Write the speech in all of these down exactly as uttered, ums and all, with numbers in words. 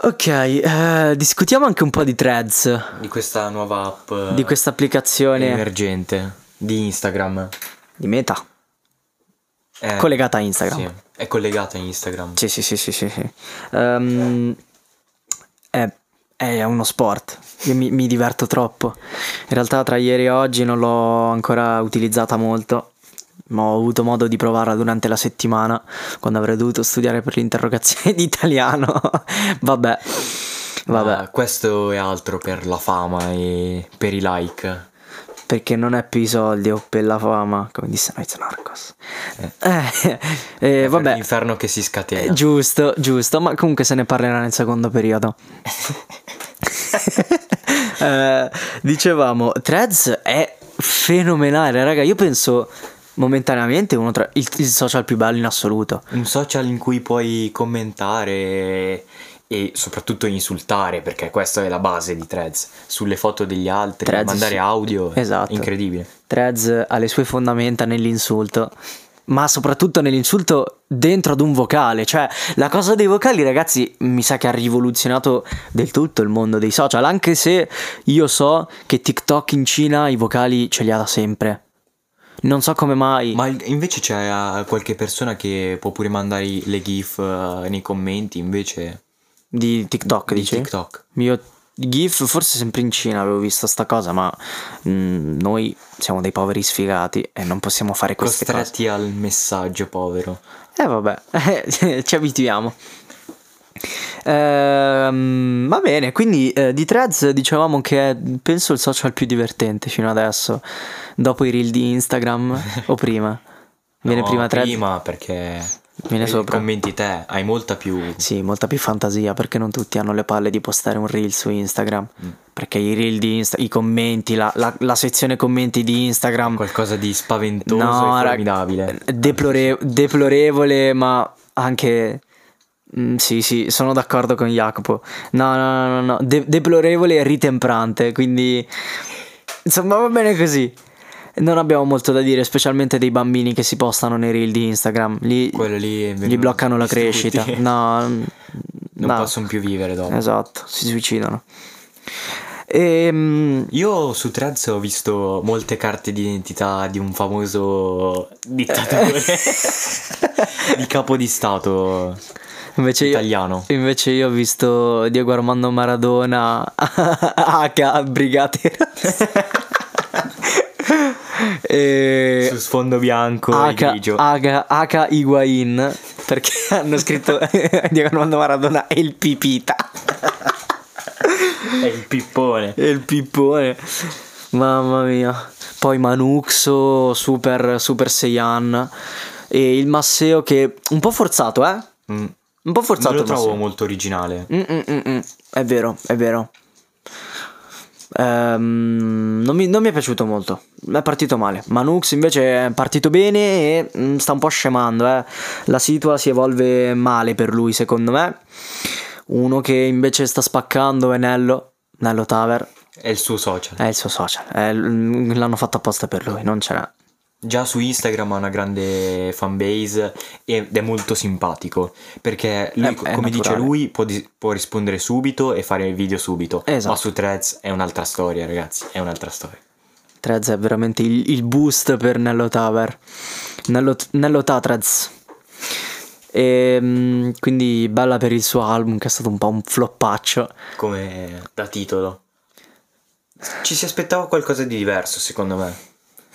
Ok, eh, discutiamo anche un po' di Threads, Di questa nuova app di questa applicazione emergente di Instagram. di Meta, È, collegata a Instagram. Sì, è collegata a Instagram. Sì, sì, sì, sì, sì, sì. Ehm, è, è uno sport, io mi, mi diverto troppo. In realtà tra ieri e oggi non l'ho ancora utilizzata molto, ma ho avuto modo di provarla durante la settimana, quando avrei dovuto studiare per l'interrogazione di italiano. Vabbè, vabbè, Ma questo è altro per la fama e per i like. perché non è più i soldi o per la fama, come disse Noiz Narcos. Eh, eh, È vabbè. per l'inferno che si scatena. Eh, giusto, giusto, ma comunque se ne parlerà nel secondo periodo. Eh, dicevamo, Threads è fenomenale, raga. Io penso momentaneamente uno tra il, il social più bello in assoluto. Un social in cui puoi commentare e soprattutto insultare, perché questa è la base di Threads, sulle foto degli altri, Threads, mandare sì. audio. Esatto. Incredibile. Threads ha le sue fondamenta nell'insulto, ma soprattutto nell'insulto dentro ad un vocale. Cioè, la cosa dei vocali, ragazzi, mi sa che ha rivoluzionato del tutto il mondo dei social, anche se io so che TikTok in Cina i vocali ce li ha da sempre. Non so come mai. Ma invece c'è uh, qualche persona che può pure mandare i- le gif uh, nei commenti invece Di TikTok, di dici? TikTok. Io GIF forse sempre in Cina avevo visto sta cosa, ma mm, noi siamo dei poveri sfigati e non possiamo fare queste cose. Costretti al messaggio, povero. Eh vabbè, ci abituiamo. Ehm, va bene, quindi eh, di Threads dicevamo che è, penso, il social più divertente fino adesso, dopo i reel di Instagram o prima? Viene No, prima Threads? prima perché Viene eh, sopra. commenti te, hai molta più. Sì, molta più fantasia, perché non tutti hanno le palle di postare un reel su Instagram. Perché i reel di Insta, i commenti, la, la, la sezione commenti di Instagram, Qualcosa di spaventoso no, e rag- formidabile. deplore- deplorevole, ma anche mm, sì, sì, sono d'accordo con Jacopo. No, no, no, no, no. De- deplorevole e ritemprante, quindi insomma va bene così. Non abbiamo molto da dire, specialmente dei bambini che si postano nei reel di Instagram. Gli, Quello lì è gli bloccano la distrutti. crescita. No, Non no. possono più vivere dopo. Esatto, si suicidano. Ehm, Io su Threads ho visto molte carte di identità di un famoso dittatore di capo di stato invece io, italiano. invece io ho visto Diego Armando Maradona H Brigate e Su sfondo bianco e H, grigio. H, H Higuain, perché hanno scritto Diego Armando Maradona e il pipita. È il pippone. E il pippone, mamma mia. Poi Manuxo, Super, Super Saiyan e il Masseo che un po' forzato, eh? Mm. Un po' forzato Non lo il trovo Masseo. molto originale. Mm, mm, mm, mm. È vero, è vero. Ehm, non, mi, non mi è piaciuto molto. È partito male. Manux invece è partito bene e mm, sta un po' scemando. Eh. La situa si evolve male per lui, secondo me. Uno che invece sta spaccando è Nello. Nello Taver. È il suo social. È il suo social. È l- l'hanno fatto apposta per lui. Non ce n'è. Già su Instagram ha una grande fanbase ed è molto simpatico perché lui, È- è come dice naturale. lui, può, di- può rispondere subito e fare il video subito. Esatto. Ma su Threads è un'altra storia, ragazzi, è un'altra storia. Threads è veramente il, il boost per Nello Taver. Nello, Nello Tatreds. E mm, quindi bella per il suo album che è stato un po' un floppaccio. Come da titolo. Ci si aspettava qualcosa di diverso, secondo me.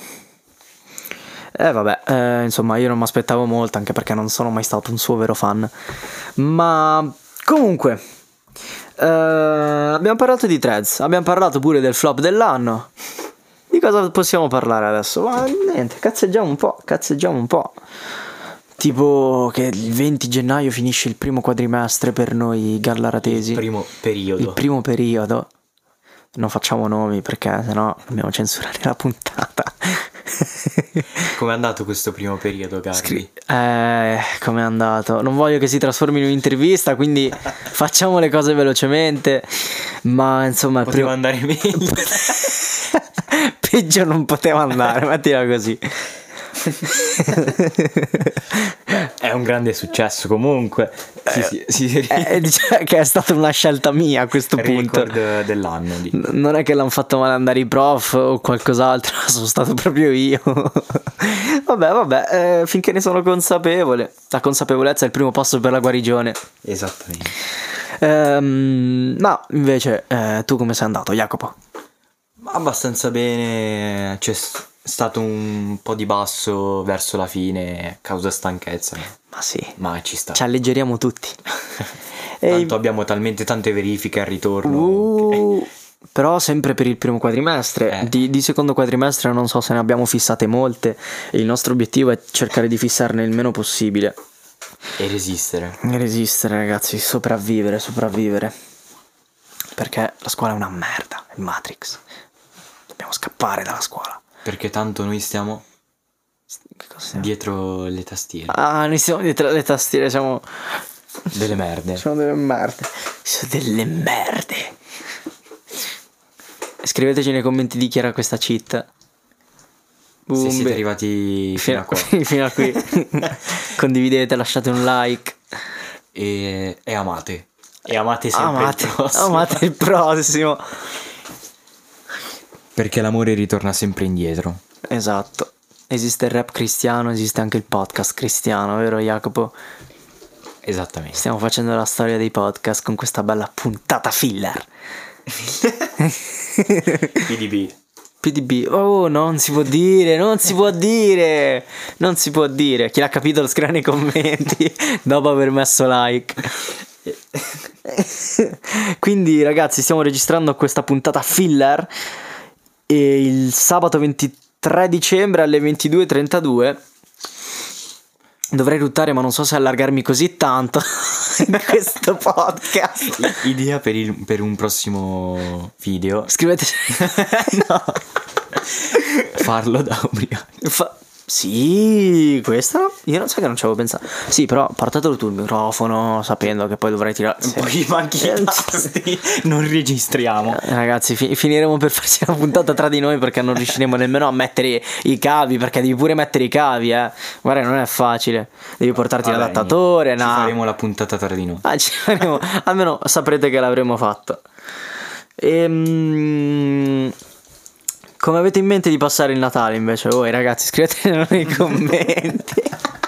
Eh vabbè, eh, insomma io non mi aspettavo molto, anche perché non sono mai stato un suo vero fan. Ma comunque eh, abbiamo parlato di Threads, abbiamo parlato pure del flop dell'anno. Di cosa possiamo parlare adesso? Ma niente, cazzeggiamo un po', cazzeggiamo un po'. Tipo che il venti gennaio finisce il primo quadrimestre per noi gallaratesi. Il primo periodo. Il primo periodo. Non facciamo nomi perché sennò dobbiamo censurare la puntata. Com'è andato questo primo periodo, Gabri? Eh, com'è andato? Non voglio che si trasformi in un'intervista, quindi facciamo le cose velocemente. Ma insomma, il Poteva primo... andare meglio. peggio non poteva andare, mettila così. È un grande successo comunque. Sì, sì, sì, sì. Eh, dice che è stata una scelta mia a questo punto. Record dell'anno. Di. N- non è che l'hanno fatto male andare i prof o qualcos'altro, sono stato proprio io. Vabbè, vabbè, eh, finché ne sono consapevole. La consapevolezza è il primo passo per la guarigione. Esattamente. Ehm, ma invece, eh, tu come sei andato, Jacopo? Abbastanza bene, c'è s- stato un po' di basso verso la fine, causa stanchezza, Ma sì, ma ci sta. ci alleggeriamo tutti. E Tanto abbiamo talmente tante verifiche al ritorno. Uh, che- però sempre per il primo quadrimestre. Eh. Di, di secondo quadrimestre non so se ne abbiamo fissate molte. Il nostro obiettivo è cercare di fissarne il meno possibile. E resistere. Resistere, ragazzi, sopravvivere, sopravvivere. Perché la scuola è una merda, è Matrix. Dobbiamo scappare dalla scuola. Perché tanto noi stiamo Che cosa siamo? dietro le tastiere. Ah, noi siamo dietro le tastiere, siamo... Delle merde. Siamo delle merde. Siamo delle merde. Scriveteci nei commenti di chi era questa cheat. Se Boom, siete beh. arrivati fino Fino a qua. fino a qui. Condividete, lasciate un like. E, e amate. E amate sempre Amate, il prossimo. amate il prossimo. Perché l'amore ritorna sempre indietro. Esatto. Esiste il rap cristiano, esiste anche il podcast cristiano, vero Jacopo? Esattamente. Stiamo facendo la storia dei podcast con questa bella puntata filler. P D B. P D B, oh, non si può dire, non si può dire, non si può dire. Chi l'ha capito lo scrive nei commenti dopo aver messo like. Quindi ragazzi, stiamo registrando questa puntata filler e il sabato ventitré dicembre alle ventidue e trentadue. Dovrei ruttare, ma non so se allargarmi così tanto in questo podcast. Idea per, il, per un prossimo video. Scrivete. No. Farlo da ubriaco. Fa- Sì, questo io non so che non ci avevo pensato. Sì, però portatelo tu il microfono, sapendo che poi dovrai tirare. Sì. Poi manchi i tasti. Non registriamo. Eh, Ragazzi, fi- finiremo per farci una puntata tra di noi perché non riusciremo nemmeno a mettere i cavi. Perché devi pure mettere i cavi, eh. Guarda, non è facile. Devi portarti Vabbè, l'adattatore. Ci No. faremo la puntata tra di noi. Ah, ci faremo- almeno saprete che l'avremo fatto. Ehm. Come avete in mente di passare il Natale invece voi ragazzi? Scrivetelo nei commenti.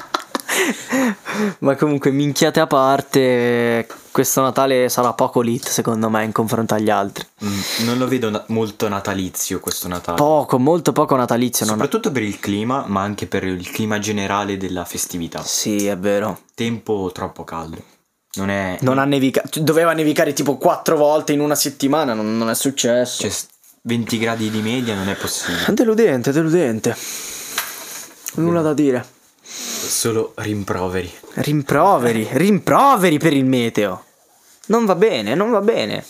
Ma comunque minchiate a parte, questo Natale sarà poco lit secondo me in confronto agli altri. Mm, non lo vedo na- molto natalizio questo Natale. Poco, molto poco natalizio. Non... Soprattutto per il clima, ma anche per il clima generale della festività. Sì, è vero. Tempo troppo caldo. Non è... Non ha nevicato. Doveva nevicare tipo quattro volte in una settimana, non, non è successo. Cioè, venti gradi di media non è possibile. Deludente, deludente. Nulla da dire. Solo rimproveri. Rimproveri, rimproveri per il meteo. Non va bene, non va bene.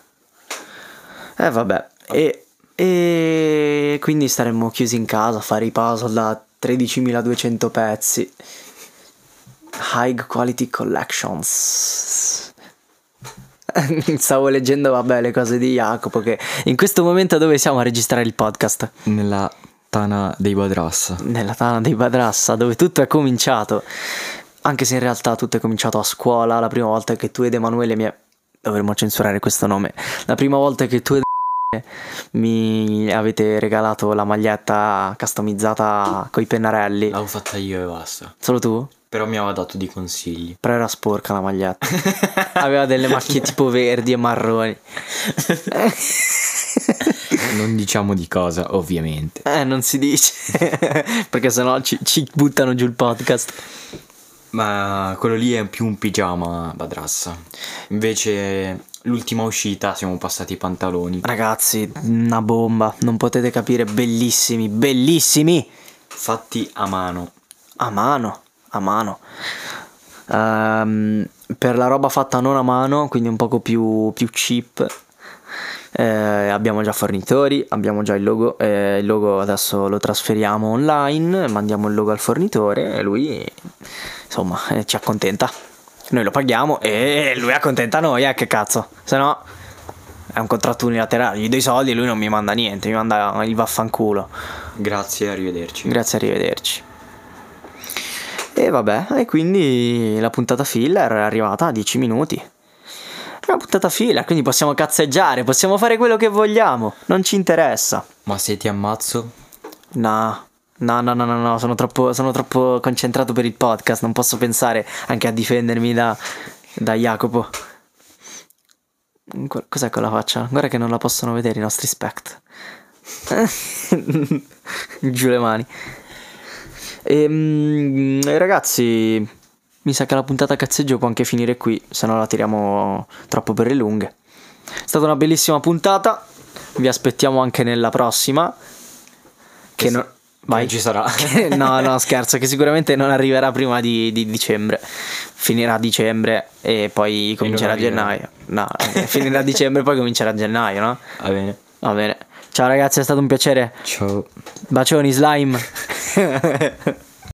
Eh vabbè. E, e quindi staremmo chiusi in casa a fare i puzzle da tredicimiladuecento pezzi. High quality collections. Stavo leggendo, vabbè, le cose di Jacopo, che in questo momento dove siamo a registrare il podcast? Nella tana dei Badrassa. Nella tana dei Badrassa, dove tutto è cominciato. Anche se in realtà tutto è cominciato a scuola. La prima volta che tu ed Emanuele mi... Dovremmo censurare questo nome. La prima volta che tu ed mi avete regalato la maglietta customizzata coi pennarelli. L'avevo fatta io e basta. Solo tu? Però mi aveva dato dei consigli. Però era sporca la maglietta. Aveva delle macchie tipo verdi e marroni. Non diciamo di cosa, ovviamente. Eh, non si dice. Perché sennò ci, ci buttano giù il podcast. Ma quello lì è più un pigiama Badrassa. Invece l'ultima uscita siamo passati i pantaloni. Ragazzi, una bomba. Non potete capire, bellissimi, bellissimi. Fatti a mano. A mano, a mano. Ehm, per la roba fatta non a mano, quindi un poco più, più cheap, eh, abbiamo già fornitori, abbiamo già il logo. Eh, il logo adesso lo trasferiamo online, mandiamo il logo al fornitore e lui, insomma, eh, ci accontenta. Noi lo paghiamo e lui accontenta noi, eh, che cazzo. Se no è un contratto unilaterale, gli do i soldi e lui non mi manda niente, mi manda il vaffanculo. Grazie, arrivederci. Grazie, arrivederci. E vabbè, e quindi la puntata filler è arrivata a dieci minuti. È una puntata filler, quindi possiamo cazzeggiare, possiamo fare quello che vogliamo, non ci interessa. Ma se ti ammazzo? No, no, no, no, no, no, sono troppo, sono troppo concentrato per il podcast, non posso pensare anche a difendermi da, da Jacopo. Cos'è quella faccia? Guarda che non la possono vedere i nostri spect. Giù le mani. E, ragazzi, mi sa che la puntata cazzeggio può anche finire qui, se no la tiriamo troppo per le lunghe. È stata una bellissima puntata. Vi aspettiamo anche nella prossima. Che non... Vai. Ci sarà. No, no, scherzo, che sicuramente non arriverà prima di, di dicembre. Finirà a dicembre e poi comincerà a gennaio. No, finirà a dicembre e poi comincerà a gennaio, no? Va bene. Va bene. Ciao ragazzi, è stato un piacere. Ciao. Bacioni, slime.